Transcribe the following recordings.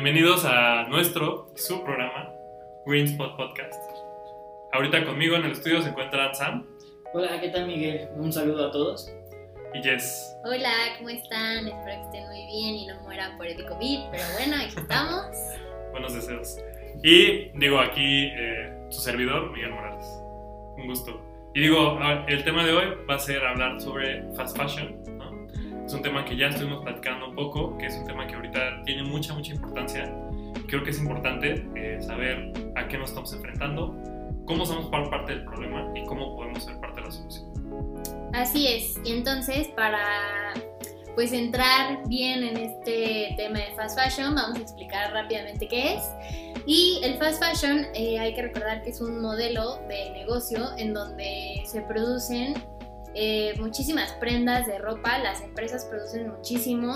Bienvenidos a su programa, Green Spot Podcast. Ahorita conmigo en el estudio se encuentran Sam. Hola, ¿qué tal, Miguel? Un saludo a todos. Y Jess. Hola, ¿cómo están? Espero que estén muy bien y no mueran por el COVID, pero bueno, aquí estamos. Buenos deseos. Y digo aquí su servidor, Miguel Morales. Un gusto. Y digo, el tema de hoy va a ser hablar sobre fast fashion, ¿no? Es un tema que ya estuvimos platicando un poco, que es un tema que ahorita tiene mucha importancia. Creo que es importante saber a qué nos estamos enfrentando, cómo somos parte del problema y cómo podemos ser parte de la solución. Así es, y entonces para entrar bien en este tema de fast fashion, vamos a explicar rápidamente qué es. Y el fast fashion hay que recordar que es un modelo de negocio en donde se producen muchísimas prendas de ropa. Las empresas producen muchísimo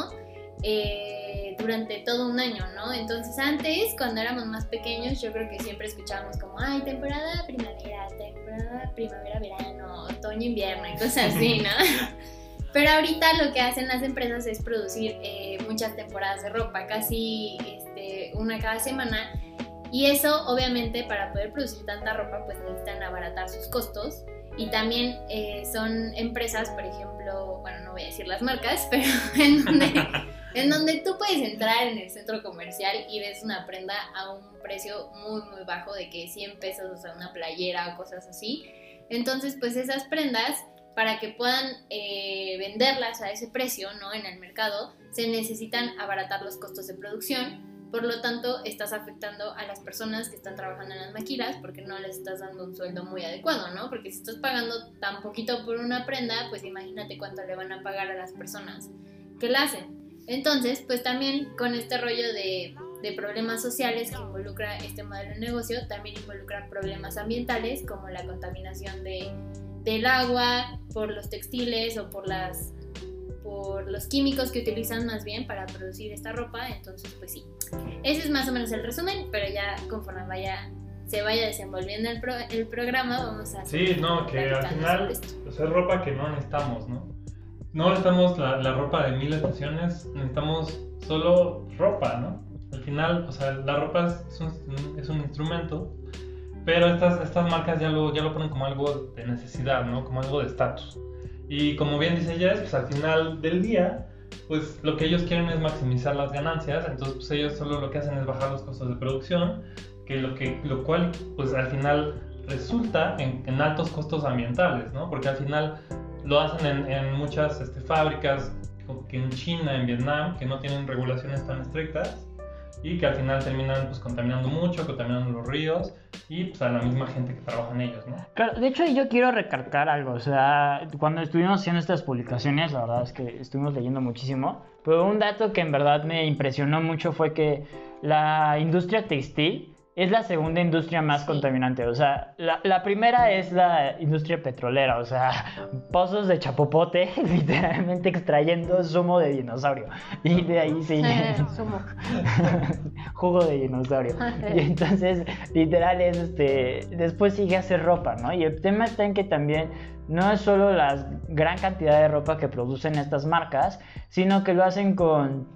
durante todo un año, ¿no? Entonces antes, cuando éramos más pequeños, yo creo que siempre escuchábamos como temporada primavera, temporada primavera-verano, otoño-invierno y cosas así, ¿no? Pero ahorita lo que hacen las empresas es producir muchas temporadas de ropa, casi una cada semana. Y eso, obviamente, para poder producir tanta ropa, pues necesitan abaratar sus costos. Y también son empresas, por ejemplo, bueno, no voy a decir las marcas, pero en donde tú puedes entrar en el centro comercial y ves una prenda a un precio muy bajo, de que 100 pesos, o sea, una playera o cosas así. Entonces, pues esas prendas, para que puedan venderlas a ese precio, ¿no?, en el mercado, se necesitan abaratar los costos de producción. Por lo tanto, estás afectando a las personas que están trabajando en las maquilas porque no les estás dando un sueldo muy adecuado, ¿no? Porque si estás pagando tan poquito por una prenda, pues imagínate cuánto le van a pagar a las personas que la hacen. Entonces, pues también con este rollo de problemas sociales que involucra este modelo de negocio, también involucra problemas ambientales como la contaminación del agua por los textiles o por los químicos que utilizan más bien para producir esta ropa. Entonces, pues sí, ese es más o menos el resumen, pero ya conforme se vaya desenvolviendo el programa, vamos a que al final es ropa que no necesitamos, ¿no? No necesitamos la ropa de 1000 estaciones, necesitamos solo ropa, ¿no? Al final, o sea, la ropa es un instrumento, pero estas marcas ya lo ponen como algo de necesidad, ¿no? Como algo de estatus. Y como bien dice Jess, pues al final del día, pues lo que ellos quieren es maximizar las ganancias. Entonces pues ellos solo lo que hacen es bajar los costos de producción, lo cual pues al final resulta en altos costos ambientales, ¿no? Porque al final lo hacen en muchas fábricas, que en China, en Vietnam, que no tienen regulaciones tan estrictas y que al final terminan pues contaminando mucho, contaminando los ríos y pues a la misma gente que trabaja en ellos, ¿no? Claro, de hecho yo quiero recalcar algo, o sea, cuando estuvimos haciendo estas publicaciones, la verdad es que estuvimos leyendo muchísimo, pero un dato que en verdad me impresionó mucho fue que la industria textil es la segunda industria más contaminante. O sea, la primera es la industria petrolera, o sea, pozos de chapopote, literalmente extrayendo zumo de dinosaurio. Y de ahí sigue zumo. Jugo de dinosaurio. Y entonces, literal es después sigue a hacer ropa, ¿no? Y el tema está en que también no es solo la gran cantidad de ropa que producen estas marcas, sino que lo hacen con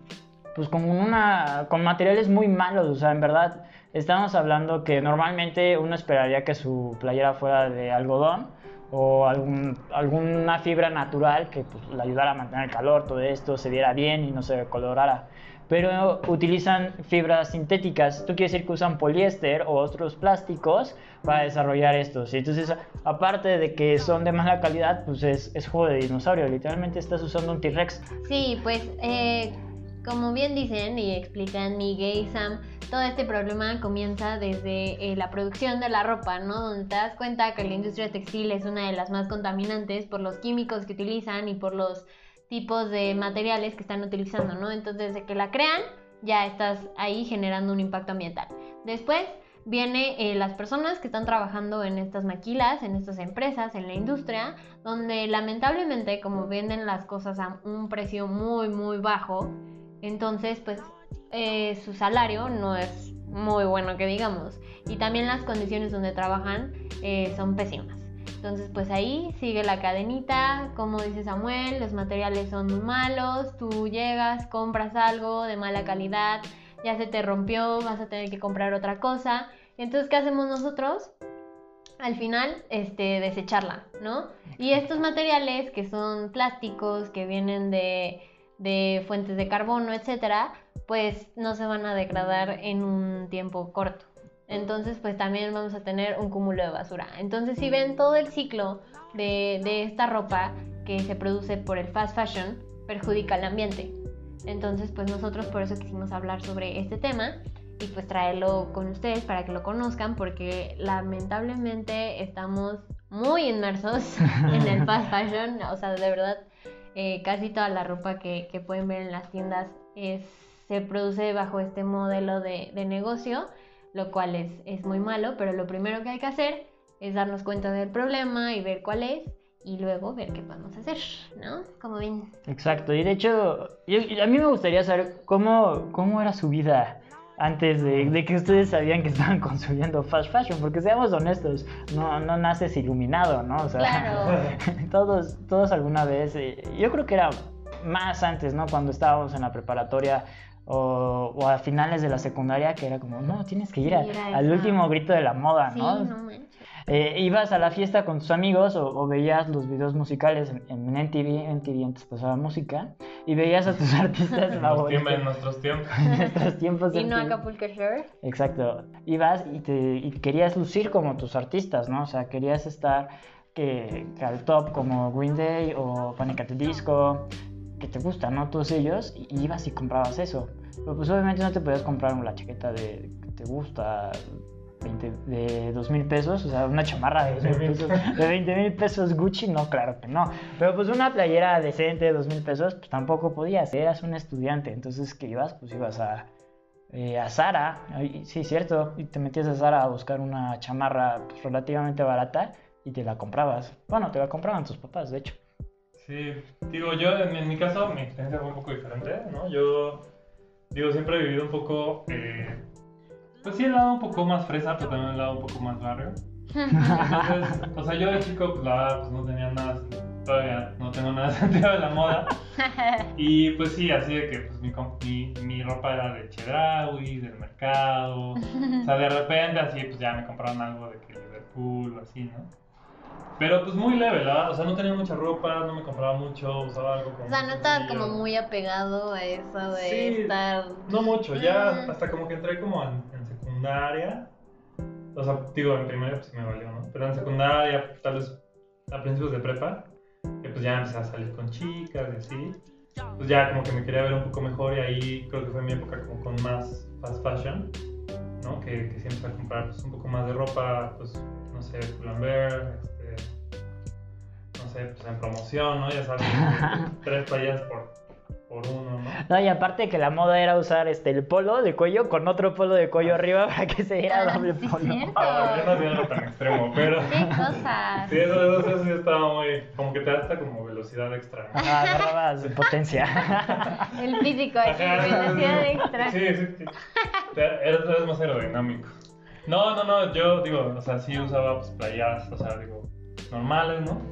materiales muy malos. O sea, en verdad, estamos hablando que normalmente uno esperaría que su playera fuera de algodón o alguna fibra natural que pues, le ayudara a mantener el calor, todo esto se viera bien y no se decolorara. Pero utilizan fibras sintéticas. Esto quiere decir que usan poliéster o otros plásticos para desarrollar estos. Y entonces, aparte de que son de mala calidad, pues es jugo de dinosaurio. Literalmente estás usando un T-Rex. Sí, pues como bien dicen y explican Miguel y Sam, todo este problema comienza desde la producción de la ropa, ¿no? Donde te das cuenta que la industria textil es una de las más contaminantes por los químicos que utilizan y por los tipos de materiales que están utilizando, ¿no? Entonces, desde que la crean, ya estás ahí generando un impacto ambiental. Después viene las personas que están trabajando en estas maquilas, en estas empresas, en la industria, donde lamentablemente, como venden las cosas a un precio muy bajo, entonces pues su salario no es muy bueno, que digamos, y también las condiciones donde trabajan son pésimas. Entonces pues ahí sigue la cadenita, como dice Samuel, los materiales son muy malos, tú llegas, compras algo de mala calidad, ya se te rompió, vas a tener que comprar otra cosa. Entonces, ¿qué hacemos nosotros? Al final, desecharla, ¿no? Y estos materiales que son plásticos, que vienen de fuentes de carbono, etcétera, pues no se van a degradar en un tiempo corto. Entonces, pues también vamos a tener un cúmulo de basura. Entonces, si ven todo el ciclo de esta ropa que se produce por el fast fashion, perjudica al ambiente. Entonces, pues nosotros por eso quisimos hablar sobre este tema y pues traerlo con ustedes para que lo conozcan, porque lamentablemente estamos muy inmersos en el fast fashion. O sea, de verdad, casi toda la ropa que pueden ver en las tiendas se produce bajo este modelo de negocio, lo cual es muy malo, pero lo primero que hay que hacer es darnos cuenta del problema y ver cuál es, y luego ver qué podemos hacer, ¿no? Como ven. Exacto, y de hecho, a mí me gustaría saber cómo era su vida antes de que ustedes sabían que estaban consumiendo fast fashion, porque seamos honestos, no naces iluminado, ¿no? O sea, claro. todos alguna vez, yo creo que era más antes, ¿no? Cuando estábamos en la preparatoria o a finales de la secundaria, que era como, no, tienes que ir al último grito de la moda, ¿no? Sí, no manches. Ibas a la fiesta con tus amigos o veías los videos musicales en MTV antes pasaba música, y veías a tus artistas favoritos. En nuestros tiempos. En nuestros tiempos. Y no Acapulco Shore. Exacto. Ibas y querías lucir como tus artistas, ¿no? O sea, querías estar que al top como Green Day o Panic! At the Disco, que te gustan, ¿no? Todos ellos, y ibas y comprabas eso. Pero pues obviamente no te podías comprar una chaqueta que te gusta de 2,000 pesos, o sea, una chamarra de 2,000 pesos, de 20,000 pesos Gucci, no, claro que no. Pero pues una playera decente de 2,000 pesos, pues tampoco podías, eras un estudiante. Entonces, ¿qué ibas? Pues ibas a Zara, sí, cierto, y te metías a Zara a buscar una chamarra pues, relativamente barata y te la comprabas. Bueno, te la compraban tus papás, de hecho. Sí, digo, yo en mi caso, mi experiencia fue un poco diferente, ¿no? Yo, digo, siempre he vivido un poco, pues sí, el lado un poco más fresa, pero también el lado un poco más barrio. Entonces, o sea, yo de chico, pues la verdad, pues no tenía nada, todavía no tengo nada sentido de la moda. Y pues sí, así de que pues mi ropa era de Chedraui, del mercado. O sea, de repente así, pues ya me compraron algo de que Liverpool o así, ¿no? Pero pues muy leve, ¿verdad? O sea, no tenía mucha ropa, no me compraba mucho, usaba algo como... O sea, no estabas como muy apegado a eso de sí, estar... No mucho, ya hasta como que entré como en secundaria. O sea, digo, en primaria pues me valió, ¿no? Pero en secundaria, tal vez a principios de prepa, que pues ya empecé a salir con chicas y así. Pues ya como que me quería ver un poco mejor, y ahí creo que fue mi época como con más fast fashion, ¿no? Que sí empecé a comprar pues un poco más de ropa, pues, no sé, Pull&Bear, no sé, pues en promoción, ¿no? Ya sabes, 3 tallas por uno, ¿no? No, y aparte que la moda era usar el polo de cuello con otro polo de cuello arriba para que se diera doble sí, polo. cierto. Yo no hacía algo tan extremo, pero... ¡Qué cosas! Sí, eso sí estaba muy... Como que te da hasta como velocidad extra, ¿no? Agarrabas potencia. El físico aquí, velocidad extra. Sí. Eres más aerodinámico. No, yo digo, o sea, sí usaba pues playeras, o sea, digo, normales, ¿no?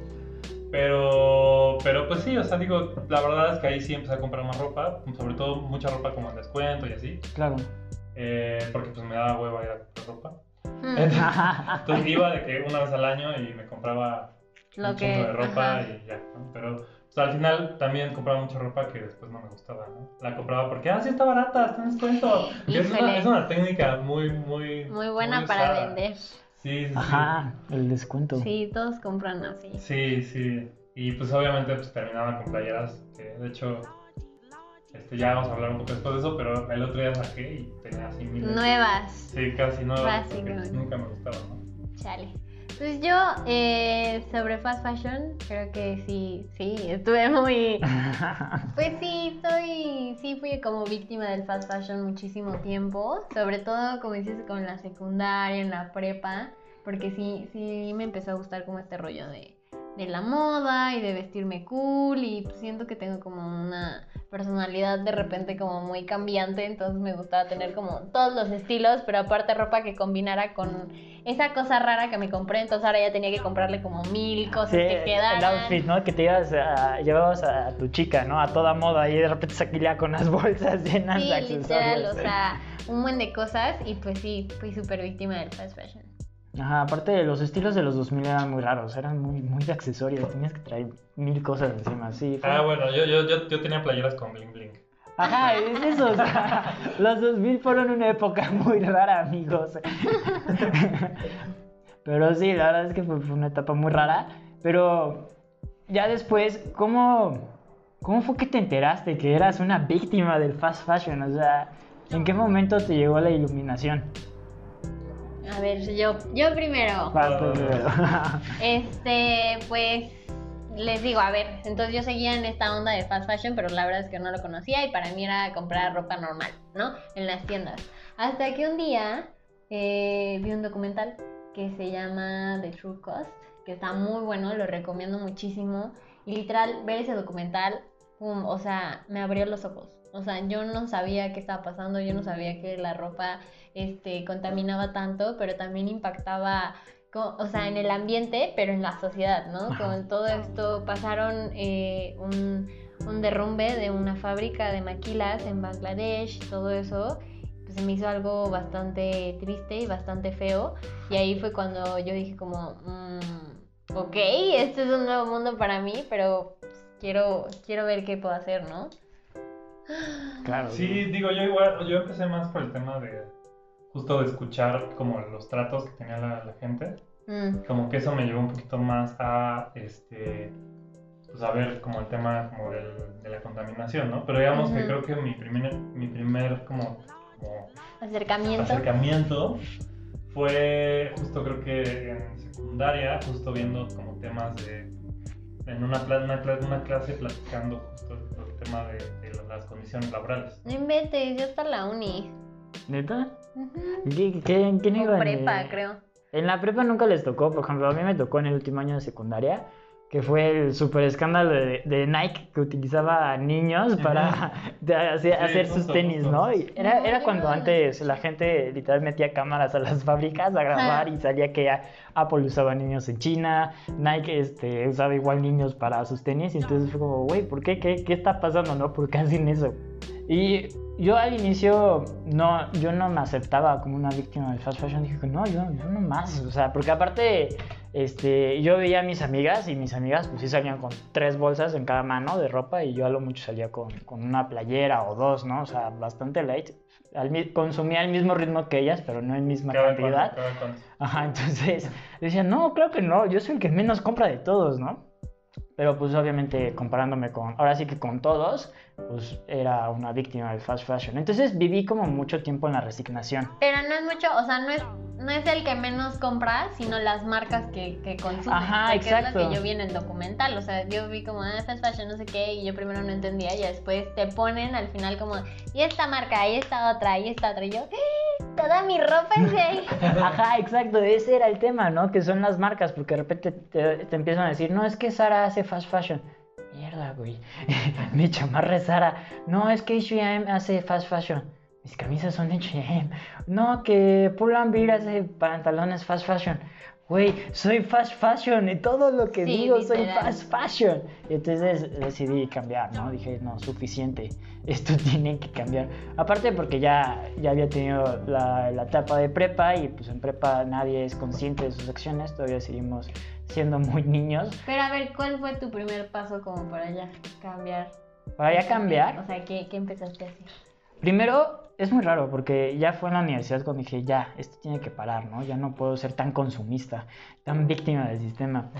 Pero pues sí, o sea, digo, la verdad es que ahí sí empecé a comprar más ropa, sobre todo mucha ropa como en descuento y así. Claro. Porque pues me daba hueva ir a comprar ropa. Entonces iba de que una vez al año y me compraba un chingo de ropa y ya, ¿no? Pero o sea, al final también compraba mucha ropa que después no me gustaba, ¿no? La compraba porque, sí está barata, está en descuento. Es una técnica muy buena para vender. Sí. Ajá, el descuento. Sí, todos compran así. Sí. Y pues obviamente pues terminaba con playeras, que de hecho ya vamos a hablar un poco después de eso, pero el otro día saqué y tenía así miles. Nuevas. Sí, casi nuevas. Básicamente. Nunca me gustaban, ¿no? Chale. Pues yo, sobre fast fashion, creo que sí, estuve muy... Pues sí, fui como víctima del fast fashion muchísimo tiempo, sobre todo, como dices, con la secundaria, en la prepa, porque sí me empezó a gustar como este rollo de la moda y de vestirme cool y pues siento que tengo como una personalidad de repente como muy cambiante, entonces me gustaba tener como todos los estilos, pero aparte ropa que combinara con esa cosa rara que me compré, entonces ahora ya tenía que comprarle como 1000 cosas que quedaran. El outfit, ¿no? Que te llevabas a tu chica, ¿no? A toda moda y de repente saquilla con las bolsas llenas de accesorios. Literal, o sea, un buen de cosas y pues sí, fui súper víctima del fast fashion. Ajá, aparte los estilos de los 2000 eran muy raros, eran muy de accesorios, tenías que traer 1000 cosas encima, sí. Bueno, yo tenía playeras con bling bling. Ajá, es eso, o sea, los 2000 fueron una época muy rara, amigos. Pero sí, la verdad es que fue una etapa muy rara, pero ya después, ¿cómo fue que te enteraste que eras una víctima del fast fashion? O sea, ¿en qué momento te llegó la iluminación? A ver, yo primero. Pues les digo, a ver, entonces yo seguía en esta onda de fast fashion, pero la verdad es que no lo conocía y para mí era comprar ropa normal, ¿no? En las tiendas. Hasta que un día vi un documental que se llama The True Cost, que está muy bueno, lo recomiendo muchísimo. Y literal, ver ese documental, o sea, me abrió los ojos. O sea, yo no sabía qué estaba pasando, yo no sabía que la ropa contaminaba tanto, pero también impactaba, o sea, en el ambiente, pero en la sociedad, ¿no? Con todo esto pasaron un derrumbe de una fábrica de maquilas en Bangladesh, todo eso, pues se me hizo algo bastante triste y bastante feo, y ahí fue cuando yo dije como, ok, este es un nuevo mundo para mí, pero pues, quiero ver qué puedo hacer, ¿no? Claro. Sí, digo, yo empecé más por el tema de justo de escuchar como los tratos que tenía la gente. Como que eso me llevó un poquito más a pues a ver como el tema como de la contaminación, ¿no? Pero digamos que creo que mi primer como acercamiento fue justo creo que en secundaria, justo viendo como temas en una clase platicando justo el tema de las condiciones laborales. No inventes, yo hasta la uni. ¿Neta? Uh-huh. ¿Quién iba? Prepa, creo. En la prepa nunca les tocó, por ejemplo, a mí me tocó en el último año de secundaria, que fue el super escándalo de Nike que utilizaba a niños para hacer sus tenis, ¿no? Y era cuando antes la gente literal metía cámaras a las fábricas a grabar y salía que Apple usaba niños en China, Nike usaba igual niños para sus tenis, y entonces fue como, güey, ¿por qué? ¿Qué está pasando, no? ¿Por qué hacen eso? Y yo al inicio yo no me aceptaba como una víctima del fast fashion. Dije que no, yo no más, o sea, porque aparte yo veía a mis amigas y mis amigas pues sí salían con 3 bolsas en cada mano de ropa, y yo a lo mucho salía con una playera o 2, ¿no? O sea, bastante light. Consumía el mismo ritmo que ellas, pero no en misma cantidad. Cada cuánto. Ajá, entonces decía, no, creo que no, yo soy el que menos compra de todos, ¿no? Pero pues obviamente comparándome ahora sí que con todos, pues era una víctima del fast fashion. Entonces viví como mucho tiempo en la resignación. Pero no es mucho, o sea, no es el que menos compra, sino las marcas que consumen. Ajá, exacto. Que es lo que yo vi en el documental. O sea, yo vi como, fast fashion, no sé qué, y yo primero no entendía, y después te ponen al final como, y esta marca, y esta otra, y esta otra, y yo, toda mi ropa es de ahí. Ajá, exacto, ese era el tema, ¿no? Que son las marcas, porque de repente te empiezan a decir, no, es que Zara hace fast fashion. Mierda, güey. Mi chamarra es Zara. No, es que H&M hace fast fashion. Mis camisas son H&M. No, que Pull&Bear hace pantalones fast fashion. Güey, soy fast fashion y todo lo que digo literal. Soy fast fashion. Y entonces decidí cambiar, ¿no? Dije, no, suficiente. Esto tiene que cambiar. Aparte porque ya había tenido la etapa de prepa, y pues en prepa nadie es consciente de sus acciones. Todavía seguimos siendo muy niños. Pero a ver, ¿cuál fue tu primer paso como para ya cambiar? ¿Para ya cambiar? O sea, ¿qué empezaste a hacer? Primero, es muy raro porque ya fue en la universidad cuando dije, ya, esto tiene que parar, ¿no? Ya no puedo ser tan consumista, tan víctima del sistema.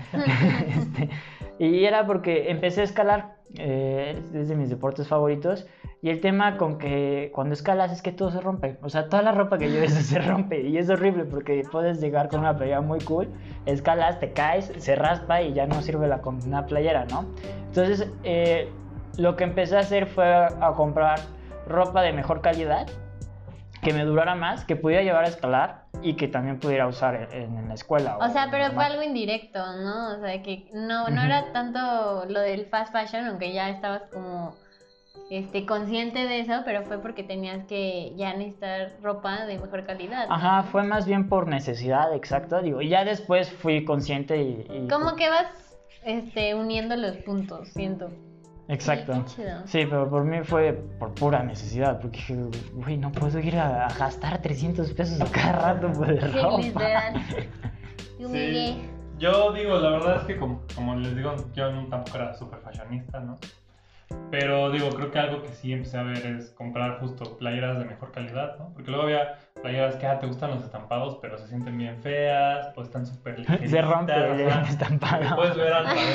Y era porque empecé a escalar, es de mis deportes favoritos, y el tema con que cuando escalas es que todo se rompe. O sea, toda la ropa que lleves se rompe, y es horrible porque puedes llegar con una playera muy cool, escalas, te caes, se raspa y ya no sirve una playera, ¿no? Entonces, lo que empecé a hacer fue a comprar ropa de mejor calidad, que me durara más, que pudiera llevar a escalar y que también pudiera usar en la escuela. O sea, pero fue normal. algo indirecto, ¿no? O sea, que no era tanto lo del fast fashion, aunque ya estabas como consciente de eso, pero fue porque tenías que ya necesitar ropa de mejor calidad, ¿no? Ajá, fue más bien por necesidad, exacto, digo, y ya después fui consciente y Como que vas uniendo los puntos, siento. exacto. Qué chido. Sí, pero por mí fue por pura necesidad, porque dije, güey, no puedo ir a gastar 300 pesos a cada rato por Sí, ropa. literal. Te humillé. Sí. Yo digo, la verdad es que como les digo, yo tampoco era súper fashionista, ¿no? Pero digo, creo que algo que sí empecé a ver es comprar justo playeras de mejor calidad, ¿no? Porque luego había playeras que te gustan los estampados, pero se sienten bien feas o están súper ligeritas. Se rompe el ajá, estampado. que puedes ver a través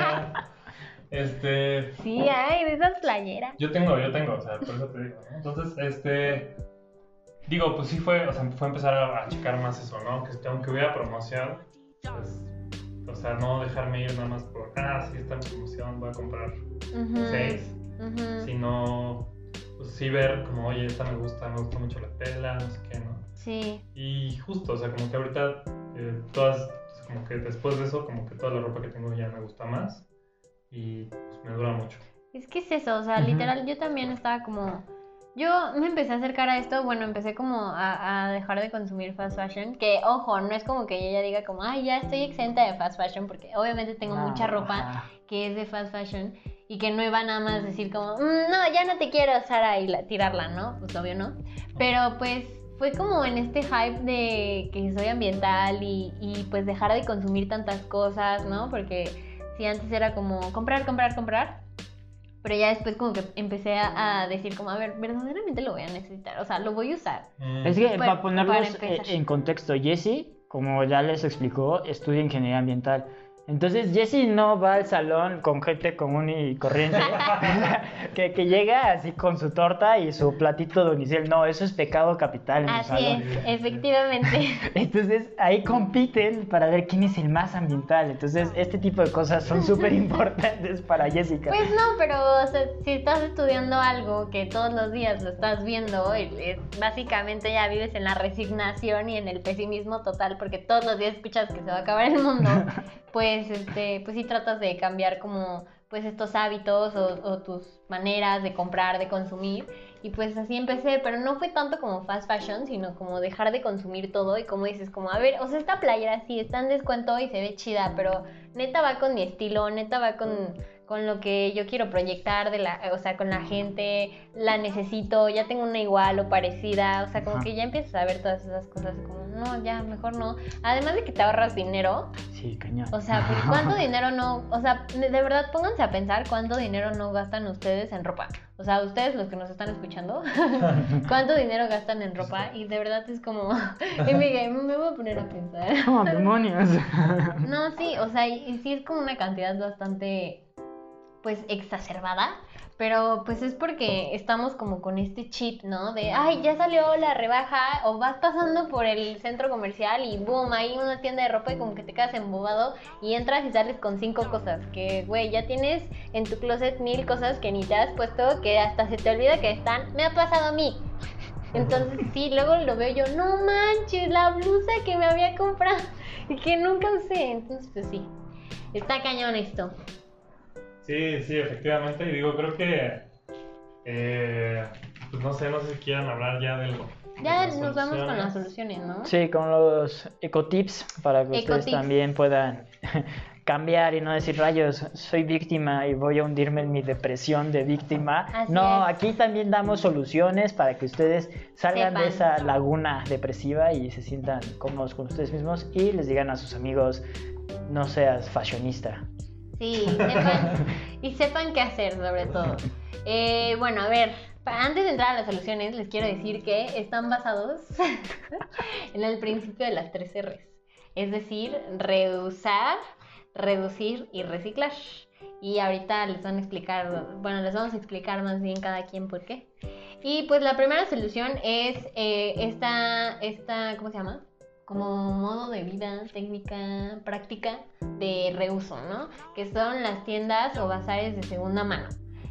de ellas. Sí, hay de esas playeras. Yo tengo, o sea, por eso te digo, ¿no? Entonces, digo, pues sí fue empezar a checar más eso, ¿no? Que aunque hubiera promoción, pues, o sea, no dejarme ir nada más por, sí está en promoción, voy a comprar 6, sino, pues sí ver como, oye, esta me gusta mucho la tela, no sé qué, ¿no? Sí. Y justo, o sea, como que ahorita todas, como que después de eso, como que toda la ropa que tengo ya me gusta más y pues me dura mucho. Es que es eso, o sea, literal, yo también estaba como... Yo me empecé a acercar a esto, bueno, empecé como a dejar de consumir fast fashion, que ojo, no es como que yo ya diga como, ya estoy exenta de fast fashion, porque obviamente tengo mucha ropa Ajá. que es de fast fashion y que no iba nada más a decir como, no, ya no te quiero, Sara, y tirarla, ¿no? Pues obvio no. Pero pues fue como en este hype de que soy ambiental y pues dejar de consumir tantas cosas, ¿no? Porque si antes era como comprar, pero ya después como que empecé a decir como, a ver, verdaderamente lo voy a necesitar, o sea, lo voy a usar. Es que Para para ponerlos empezar. en contexto, Jessie, como ya les explicó, estudia ingeniería ambiental. Entonces Jessie no va al salón con gente común y corriente que llega así con su torta y su platito de unicel. No, eso es pecado capital en el Así salón. es, efectivamente. Entonces ahí compiten para ver quién es el más ambiental. Entonces este tipo de cosas son súper importantes para Jessica. Pues no, pero o sea, si estás estudiando algo que todos los días lo estás viendo, básicamente ya vives en la resignación y en el pesimismo total, porque todos los días escuchas que se va a acabar el mundo, pues sí tratas de cambiar como pues estos hábitos o tus maneras de comprar, de consumir, y pues así empecé, pero no fue tanto como fast fashion, sino como dejar de consumir todo y como dices, como a ver, o sea, esta playera sí está en descuento y se ve chida, pero neta va con mi estilo, neta va con lo que yo quiero proyectar o sea, con la gente, la necesito, ya tengo una igual o parecida, o sea, como que ya empiezas a ver todas esas cosas como, no, ya, mejor no. Además de que te ahorras dinero. Sí, cañón. O sea, porque ¿cuánto dinero no? O sea, de verdad, pónganse a pensar cuánto dinero no gastan ustedes en ropa. O sea, ustedes los que nos están escuchando, ¿cuánto dinero gastan en ropa? Y de verdad es como, y me voy a poner a pensar. ¡Oh, demonios! No, sí, o sea, y sí es como una cantidad bastante, pues, exacerbada, pero pues es porque estamos como con este chip, ¿no? De, ya salió la rebaja, o vas pasando por el centro comercial y boom, hay una tienda de ropa y como que te quedas embobado y entras y sales con 5 cosas, que, güey, ya tienes en tu closet 1000 cosas que ni te has puesto, que hasta se te olvida que están, me ha pasado a mí. Entonces sí, luego lo veo yo, no manches, la blusa que me había comprado y que nunca usé, entonces pues sí, está cañón esto. Sí, efectivamente, y digo, creo que, pues no sé si quieran hablar ya de Ya las nos vamos con las soluciones. soluciones, ¿no? Sí, con los ecotips para que ustedes Ecotips. también puedan cambiar y no decir, rayos, soy víctima y voy a hundirme en mi depresión de víctima. Así No, es. aquí también damos soluciones para que ustedes salgan de Sepan. esa laguna depresiva y se sientan cómodos con ustedes mismos y les digan a sus amigos, no seas fashionista. Sí, sepan qué hacer sobre todo. Bueno, a ver, antes de entrar a las soluciones, les quiero decir que están basados en el principio de las 3 R's. Es decir, reusar, reducir y reciclar. Y ahorita les vamos a explicar más bien cada quien por qué. Y pues la primera solución es esta, ¿cómo se llama? Como modo de vida, técnica, práctica de reuso, ¿no? Que son las tiendas o bazares de segunda mano.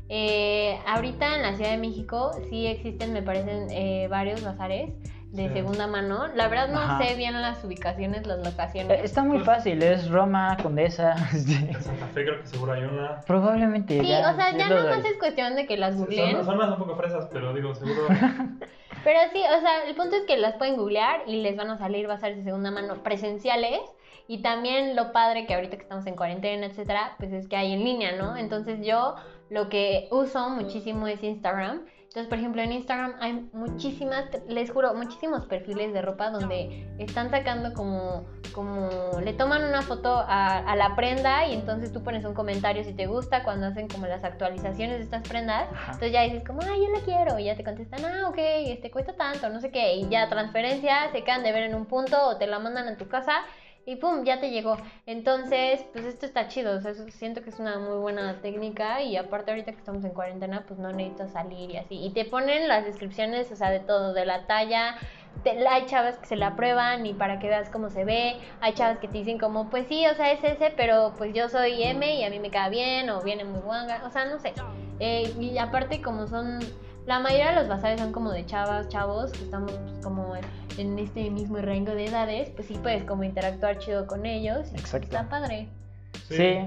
Ahorita en la Ciudad de México sí existen, me parecen, varios bazares de segunda mano. La verdad no sé bien las ubicaciones, las locaciones. Está muy fácil, es Roma, Condesa. En Santa Fe creo que seguro hay una. Probablemente. Sí, ya, o sea, ya lo nomás doy. es cuestión de que las googleen. Son más un poco fresas, pero digo, seguro. Pero sí, o sea, el punto es que las pueden googlear y les van a salir bazares de segunda mano presenciales. Y también lo padre que ahorita que estamos en cuarentena, etcétera, pues es que hay en línea, ¿no? Entonces yo lo que uso muchísimo es Instagram. Entonces, por ejemplo, en Instagram hay muchísimas, les juro, muchísimos perfiles de ropa donde están sacando como le toman una foto a la prenda y entonces tú pones un comentario si te gusta cuando hacen como las actualizaciones de estas prendas. Entonces ya dices como, yo la quiero, y ya te contestan, ok, cuesta tanto, no sé qué, y ya transferencia, se quedan de ver en un punto o te la mandan a tu casa y pum, ya te llegó. Entonces, pues esto está chido, o sea, siento que es una muy buena técnica y aparte ahorita que estamos en cuarentena, pues no necesitas salir y así. Y te ponen las descripciones, o sea, de todo, de la talla. Hay chavas que se la prueban y para que veas cómo se ve. Hay chavas que te dicen como, pues sí, o sea, es ese, pero pues yo soy M y a mí me queda bien o viene muy guanga, o sea, no sé. Y aparte como son... La mayoría de los bazares son como de chavos, que estamos pues, como en este mismo rango de edades, pues sí puedes como interactuar chido con ellos. Exacto. Está padre. Sí.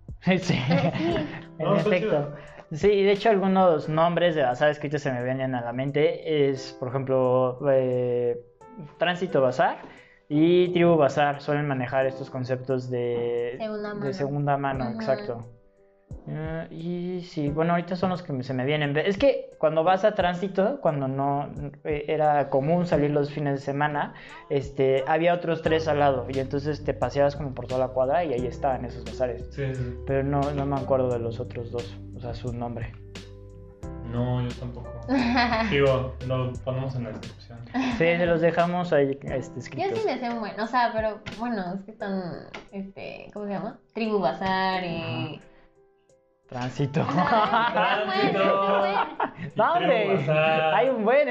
En No, está efecto. chido. Sí, de hecho algunos nombres de bazares que ahorita se me vienen a la mente es, por ejemplo, Tránsito Bazar y Tribu Bazar suelen manejar estos conceptos de segunda mano, exacto. Y sí, bueno, ahorita son los que se me vienen. Es que cuando vas a Tránsito, cuando no era común salir los fines de semana, había otros 3 al lado y entonces te paseabas como por toda la cuadra y ahí estaban esos bazares. Sí. Pero no me acuerdo de los otros 2, o sea, su nombre. No, yo tampoco. Digo, lo ponemos en la descripción. Sí, se los dejamos ahí Yo escritos. sí me sé un buen, o sea, pero bueno, es que están, ¿cómo se llama? Tribu Bazar y... Tránsito. Tránsito. No, hombre, hay un buen,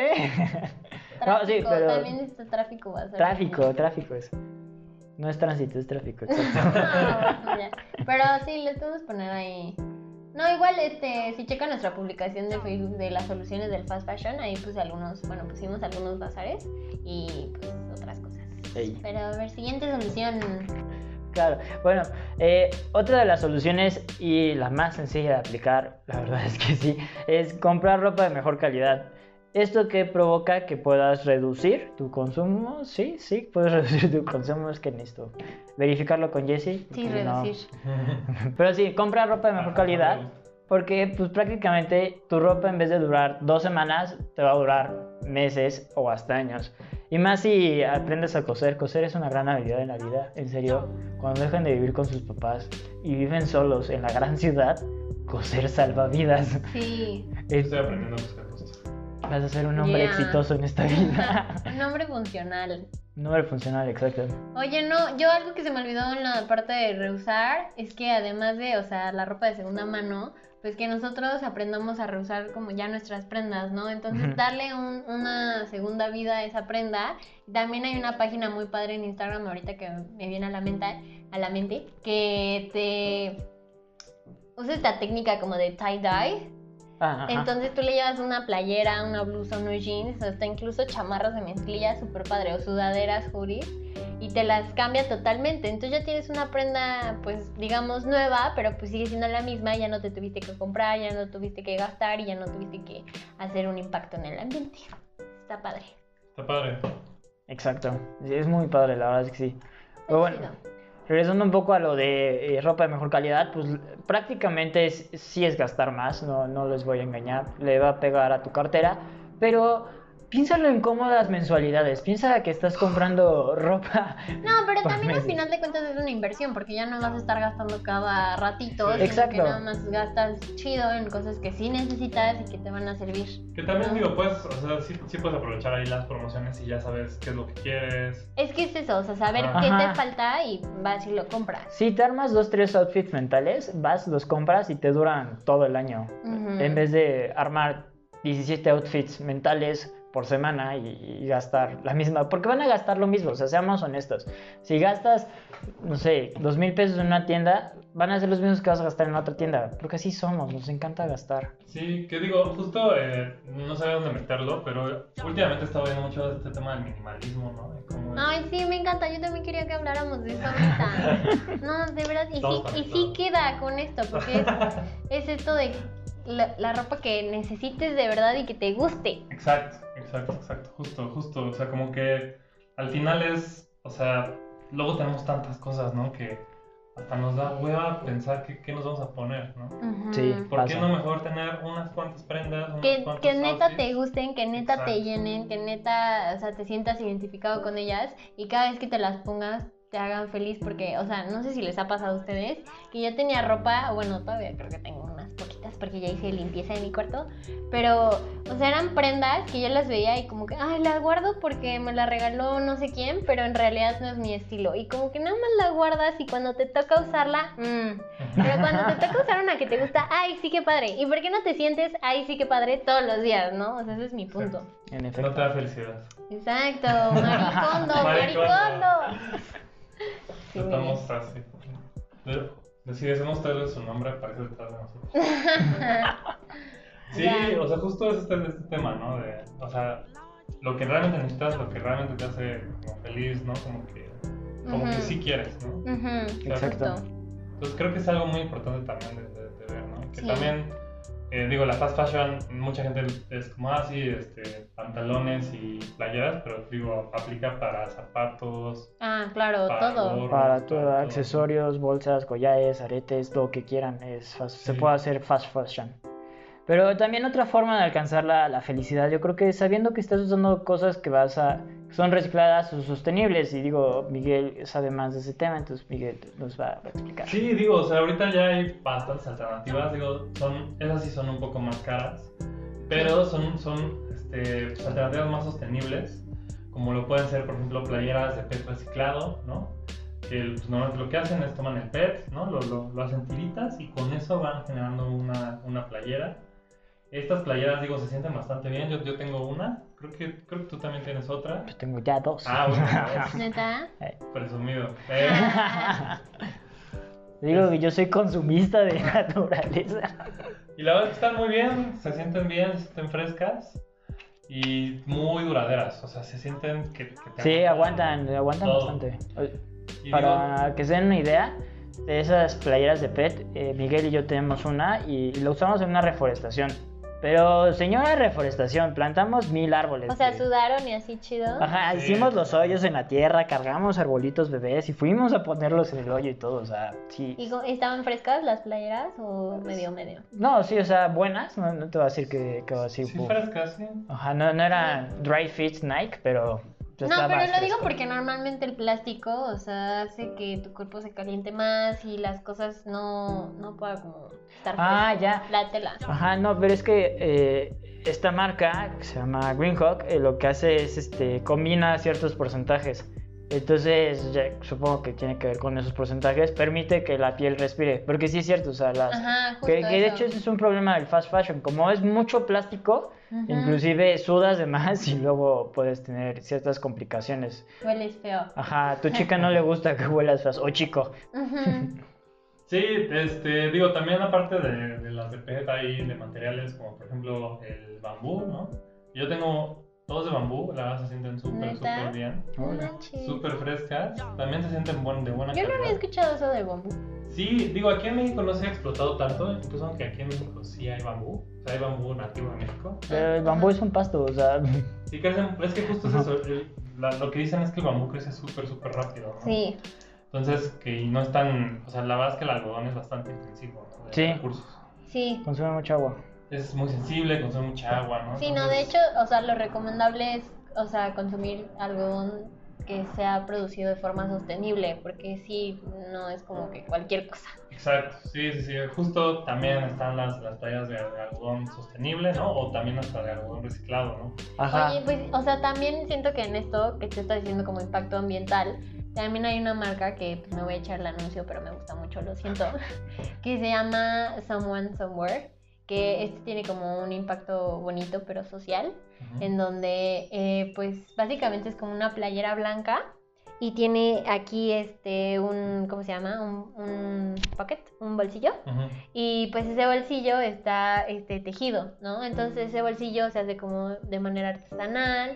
No, sí, pero... También está Tráfico Bazar. Tráfico es. No es tránsito, es tráfico, exacto. Ya. Pero sí, les podemos poner ahí. No, igual, si checan nuestra publicación de Facebook de las soluciones del fast fashion, ahí puse pusimos algunos bazares y pues otras cosas. Ey. Pero a ver, siguiente solución. Claro, bueno, otra de las soluciones y la más sencilla de aplicar, la verdad es que sí, es comprar ropa de mejor calidad. Esto que provoca que puedas reducir tu consumo, sí, puedes reducir tu consumo, es que necesito verificarlo con Jessie. Sí, no. reducir. Pero sí, compra ropa de mejor calidad, porque pues prácticamente tu ropa en vez de durar 2 semanas, te va a durar meses o hasta años. Y más si aprendes a coser. Coser es una gran habilidad en la vida, en serio. Cuando dejan de vivir con sus papás y viven solos en la gran ciudad, coser salva vidas. Sí. Estoy aprendiendo a buscar justo. Vas a ser un hombre exitoso en esta vida. Un hombre funcional. Un hombre funcional, exacto. Oye, no, yo algo que se me olvidó en la parte de reusar es que además de, o sea, la ropa de segunda mano, pues que nosotros aprendamos a reusar como ya nuestras prendas, ¿no? Entonces darle una segunda vida a esa prenda. También hay una página muy padre en Instagram ahorita que me viene a la mente que te usa esta técnica como de tie-dye. Entonces tú le llevas una playera, una blusa, unos jeans, hasta incluso chamarras de mezclilla súper padre, o sudaderas, hoodies, y te las cambia totalmente. Entonces ya tienes una prenda, pues digamos nueva, pero pues sigue siendo la misma, ya no te tuviste que comprar, ya no tuviste que gastar y ya no tuviste que hacer un impacto en el ambiente. Está padre. Está padre. Exacto, sí, es muy padre, la verdad es que sí. Pero bueno, regresando un poco a lo de ropa de mejor calidad, pues prácticamente sí es gastar más, no les voy a engañar, le va a pegar a tu cartera, pero piénsalo en cómodas mensualidades, piensa que estás comprando ropa. No, pero por también meses. al final de cuentas es una inversión, porque ya no vas a estar gastando cada ratito, Exacto. sino que nada más gastas chido en cosas que sí necesitas y que te van a servir. Que también digo, pues, o sea, sí puedes aprovechar ahí las promociones y ya sabes qué es lo que quieres. Es que es eso, o sea, saber Ajá. qué te falta y vas y lo compras. Si te armas 2-3 outfits mentales, vas, los compras y te duran todo el año. En vez de armar 17 outfits mentales por semana y gastar la misma, porque van a gastar lo mismo, o sea, seamos honestos. Si gastas, no sé, 2,000 pesos en una tienda, van a ser los mismos que vas a gastar en la otra tienda, porque así somos, nos encanta gastar. Sí, que digo, justo no sabía dónde meterlo, pero últimamente he estado viendo mucho de este tema del minimalismo, ¿no? De cómo es- Ay, sí, me encanta. Yo también quería que habláramos de eso ahorita. No, de verdad. Y sí queda con esto, porque es esto de la ropa que necesites de verdad y que te guste. Exacto. Justo. O sea, como que al final es, o sea, luego tenemos tantas cosas, ¿no? Que hasta nos da hueva pensar qué nos vamos a poner, ¿no? Ujú. Sí. ¿Por qué Pasa. no mejor tener unas cuantas prendas, unos Que cuantos neta outfits? te gusten, que neta te Exacto. llenen, que neta, o sea, te sientas identificado con ellas y cada vez que te las pongas te hagan feliz porque, o sea, no sé si les ha pasado a ustedes, que yo tenía ropa, bueno, todavía creo que tengo unas poquitas porque ya hice limpieza de mi cuarto, pero, o sea, eran prendas que yo las veía y como que, ay, las guardo porque me la regaló no sé quién, pero en realidad no es mi estilo y como que nada más la guardas y cuando te toca usarla, pero cuando te toca usar una que te gusta, ay, sí que padre, ¿y por qué no te sientes, ay, sí que padre todos los días, no? O sea, ese es mi punto. En No efecto. te da felicidad. Exacto, maricondo, Maricondo. maricondo. Sí, Estamos así. Si decimos tal vez su nombre, aparece detrás de nosotros. Sí, Ya. o sea, justo es este tema, ¿no? De, o sea, lo que realmente necesitas, lo que realmente te hace como feliz, ¿no? Como que Ujú. sí quieres, ¿no? Ujú, Exacto. justo. Entonces creo que es algo muy importante también de ver, ¿no? Que Sí. también, digo, la fast fashion, mucha gente es como así, pantalones y playeras, pero digo, aplica para zapatos, Ah, claro, para todo. gorros, Para todo, todo. accesorios, bolsas, collares, aretes, lo que quieran, se puede hacer fast fashion. Pero también otra forma de alcanzar la felicidad, yo creo que sabiendo que estás usando cosas que son recicladas o sostenibles, y digo, Miguel sabe más de ese tema, entonces Miguel nos va a explicar. Sí, digo, o sea, ahorita ya hay bastantes alternativas, digo, esas sí son un poco más caras, pero son pues, alternativas más sostenibles, como lo pueden ser, por ejemplo, playeras de PET reciclado, ¿no? Que pues, normalmente lo que hacen es toman el PET, ¿no? Lo hacen tiritas y con eso van generando una playera. Estas playeras, digo, se sienten bastante bien, yo tengo una, creo que tú también tienes otra. Yo tengo ya dos. Ah, bueno, ¿Neta? presumido. Digo que yo soy consumista de naturaleza. Y la verdad es que están muy bien, se sienten frescas y muy duraderas, o sea, se sienten que te Sí, aguantan todo. bastante. Y Para que se den una idea, de esas playeras de PET, Miguel y yo tenemos una y la usamos en una reforestación. Pero señora reforestación, plantamos 1000 árboles. O sea, que- sudaron y así chido. Ajá, Sí. hicimos los hoyos en la tierra, cargamos arbolitos bebés y fuimos a ponerlos en el hoyo y todo, o sea, sí. ¿Estaban frescas las playeras o medio? No, sí, o sea, buenas, no te voy a decir que va a decir sí, frescas, sí. Ajá, no era dry fit Nike, pero No, estaba pero lo digo fresco. porque normalmente el plástico, o sea, hace que tu cuerpo se caliente más y las cosas no puedan como estar Ah, fresco. ya. La tela. Ajá, no, pero es que esta marca, que se llama Greenhawk, lo que hace es combina ciertos porcentajes. Entonces, ya, supongo que tiene que ver con esos porcentajes, permite que la piel respire. Porque sí es cierto, o sea, Ajá, justo que de eso. hecho ese es un problema del fast fashion. Como es mucho plástico, Ujú. inclusive sudas de más y luego puedes tener ciertas complicaciones. Hueles feo. Ajá, a tu chica no le gusta que huelas fast, o chico. Ujú. Sí, digo, también aparte de las de PET hay de materiales como por ejemplo el bambú, ¿no? Yo tengo dos de bambú, la verdad se sienten súper ¿Neta? bien, No Hola. manches. súper frescas, también se sienten de buena Yo no calidad. había escuchado eso del bambú. Sí, digo, aquí en México no se ha explotado tanto, incluso aunque aquí en México sí hay bambú, o sea, hay bambú nativo en México. Pero el bambú es un pasto, o sea, Sí, crecen, es que justo es eso, lo que dicen es que el bambú crece súper rápido, ¿no? Sí. Entonces, que no es tan, o sea, la verdad es que el algodón es bastante intensivo, ¿no? De Sí. recursos. Sí. consume mucha agua. Es muy sensible, consume mucha agua, ¿no? Sí, no, de hecho, o sea, lo recomendable es, o sea, consumir algodón que sea producido de forma sostenible, porque sí, no es como que cualquier cosa. Exacto, sí. Justo también están las playas de algodón sostenible, ¿no? O también hasta de algodón reciclado, ¿no? Ajá. Oye, pues, o sea, también siento que en esto que te estás diciendo como impacto ambiental, también hay una marca que pues, me voy a echar el anuncio, pero me gusta mucho, lo siento, que se llama Someone Somewhere, que tiene como un impacto bonito pero social, Ujú. en donde pues básicamente es como una playera blanca y tiene aquí un, ¿cómo se llama? Un pocket, un bolsillo. Ujú. Y pues ese bolsillo está tejido, ¿no? Entonces ese bolsillo se hace como de manera artesanal,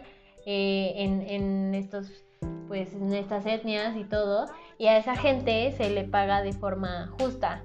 en estos, pues en estas etnias y todo. Y a esa gente se le paga de forma justa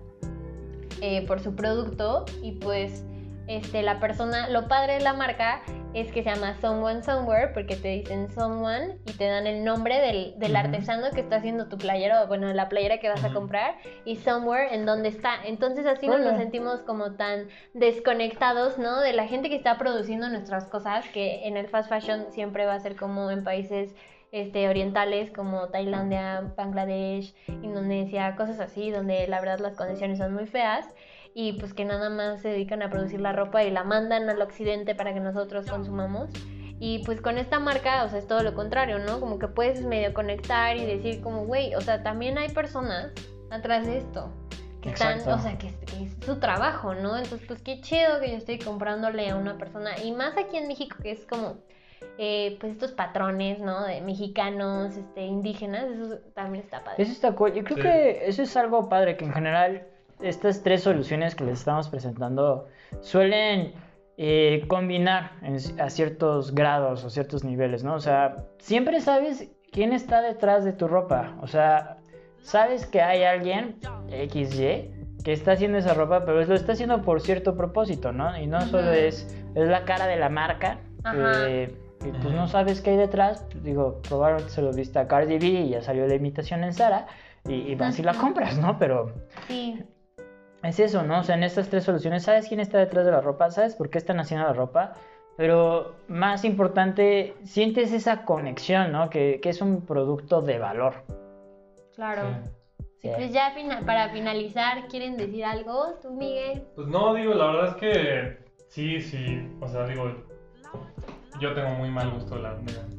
por su producto. Y pues la persona, lo padre de la marca es que se llama Someone Somewhere, porque te dicen Someone y te dan el nombre del artesano que está haciendo tu playera, o bueno, la playera que vas a comprar, y Somewhere en dónde está. Entonces así no nos sentimos como tan desconectados, ¿no? De la gente que está produciendo nuestras cosas, que en el fast fashion siempre va a ser como en países orientales como Tailandia, Bangladesh, Indonesia, cosas así, donde la verdad las condiciones son muy feas. Y pues que nada más se dedican a producir la ropa y la mandan al occidente para que nosotros consumamos. Y pues con esta marca, o sea, es todo lo contrario, ¿no? Como que puedes medio conectar y decir como, güey, o sea, también hay personas atrás de esto que están, o sea, que es su trabajo, ¿no? Entonces, pues qué chido que yo estoy comprándole a una persona. Y más aquí en México, que es como, pues estos patrones, ¿no? De mexicanos, indígenas, eso también está padre. Eso está cool. Yo creo que eso es algo padre, que en general estas tres soluciones que les estamos presentando suelen combinar a ciertos grados o ciertos niveles, ¿no? O sea, siempre sabes quién está detrás de tu ropa. O sea, sabes que hay alguien, XY, que está haciendo esa ropa, pero lo está haciendo por cierto propósito, ¿no? Y no solo es la cara de la marca. Y pues no sabes qué hay detrás. Digo, probablemente se lo viste a Cardi B y ya salió la imitación en Zara y vas y la compras, ¿no? Pero sí, es eso, ¿no? O sea, en estas tres soluciones sabes quién está detrás de la ropa, sabes por qué están haciendo la ropa, pero más importante, sientes esa conexión, ¿no? Que es un producto de valor. claro. Sí. Sí, pues ya para finalizar, ¿quieren decir algo tú, Miguel? Pues no, digo, la verdad es que sí, o sea, digo, yo tengo muy mal gusto de la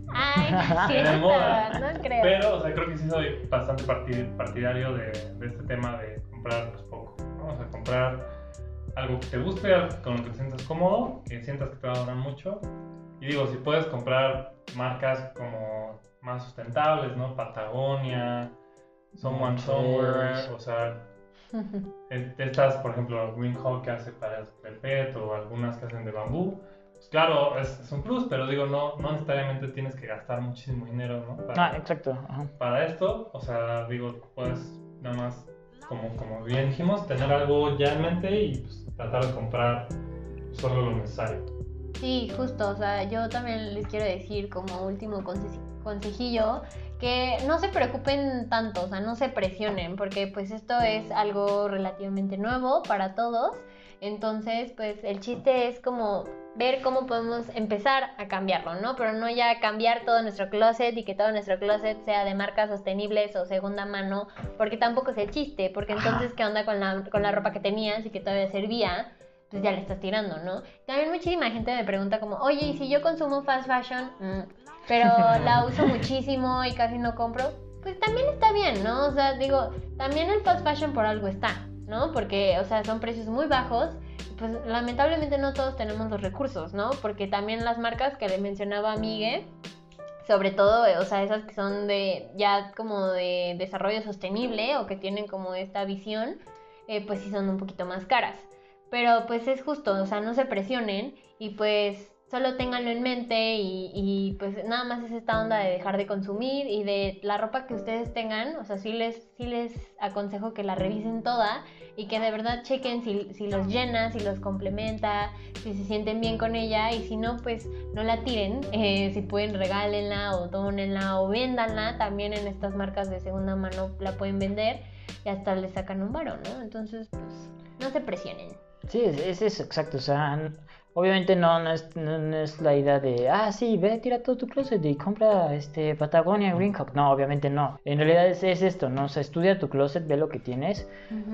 Ay, en el moda, no creo. pero, o sea, creo que sí soy bastante partidario de este tema de comprar pues poco, ¿no? O sea, comprar algo que te guste, algo con lo que te sientas cómodo, que sientas que te va a durar mucho. Y digo, si puedes comprar marcas como más sustentables, ¿no? Patagonia, Someone Somewhere, o sea, estas, por ejemplo, Green Hawk que hace para Crepet o algunas que hacen de bambú. Pues claro, es un plus, pero digo, no necesariamente tienes que gastar muchísimo dinero, ¿no? Exacto. Ajá. Para esto, o sea, digo, puedes nada más, como bien dijimos, tener algo ya en mente y pues, tratar de comprar solo lo necesario. Sí, justo, o sea, yo también les quiero decir como último consejillo que no se preocupen tanto, o sea, no se presionen, porque pues esto es algo relativamente nuevo para todos. Entonces, pues el chiste es como ver cómo podemos empezar a cambiarlo, ¿no? Pero no ya cambiar todo nuestro closet y que todo nuestro closet sea de marcas sostenibles o segunda mano, porque tampoco es el chiste, porque entonces, ¿qué onda con la ropa que tenías y que todavía servía? Pues ya le estás tirando, ¿no? También muchísima gente me pregunta como, oye, ¿y si yo consumo fast fashion, pero la uso muchísimo y casi no compro? Pues también está bien, ¿no? O sea, digo, también el fast fashion por algo está, ¿no? Porque, o sea, son precios muy bajos. Pues lamentablemente no todos tenemos los recursos, ¿no? Porque también las marcas que le mencionaba a Migue, sobre todo, o sea, esas que son de ya como de desarrollo sostenible o que tienen como esta visión, pues sí son un poquito más caras. Pero pues es justo, o sea, no se presionen y pues solo ténganlo en mente y pues nada más es esta onda de dejar de consumir y de la ropa que ustedes tengan, o sea, sí les aconsejo que la revisen toda y que de verdad chequen si los llena, si los complementa, si se sienten bien con ella y si no, pues no la tiren, si pueden regálenla o dónenla o véndanla, también en estas marcas de segunda mano la pueden vender y hasta le sacan un varo, ¿no? Entonces, pues no se presionen. Sí, es exacto, o sea, obviamente no es la idea de, sí, ve, tira todo tu closet y compra Patagonia Green Hawk. No, obviamente no. En realidad es esto, ¿no? O sea, estudia tu closet, ve lo que tienes. Uh-huh.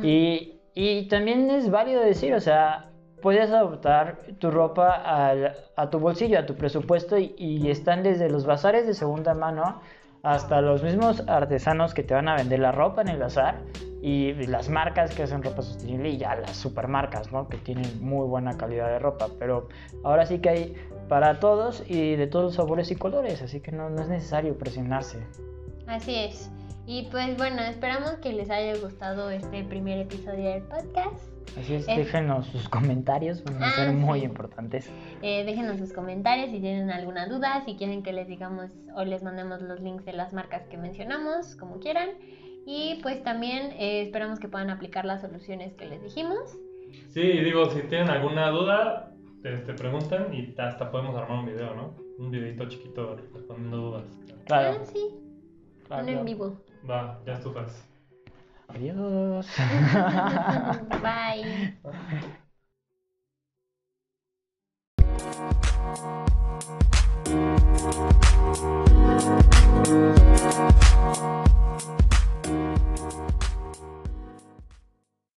Y también es válido decir, o sea, puedes adaptar tu ropa a tu bolsillo, a tu presupuesto y están desde los bazares de segunda mano hasta los mismos artesanos que te van a vender la ropa en el bazar y las marcas que hacen ropa sostenible y ya las supermarcas, ¿no? Que tienen muy buena calidad de ropa, pero ahora sí que hay para todos y de todos los sabores y colores, así que no es necesario presionarse. Así es. Y pues bueno, esperamos que les haya gustado este primer episodio del podcast. Así es, déjenos sus comentarios, van a ser muy importantes. Déjenos sus comentarios si tienen alguna duda, si quieren que les digamos o les mandemos los links de las marcas que mencionamos, como quieran. Y pues también esperamos que puedan aplicar las soluciones que les dijimos. Sí, digo, si tienen alguna duda, preguntan y hasta podemos armar un video, ¿no? Un videito chiquito respondiendo dudas. Claro. Sí, Claro. uno en vivo. Va, ya estufas. Adiós. Bye.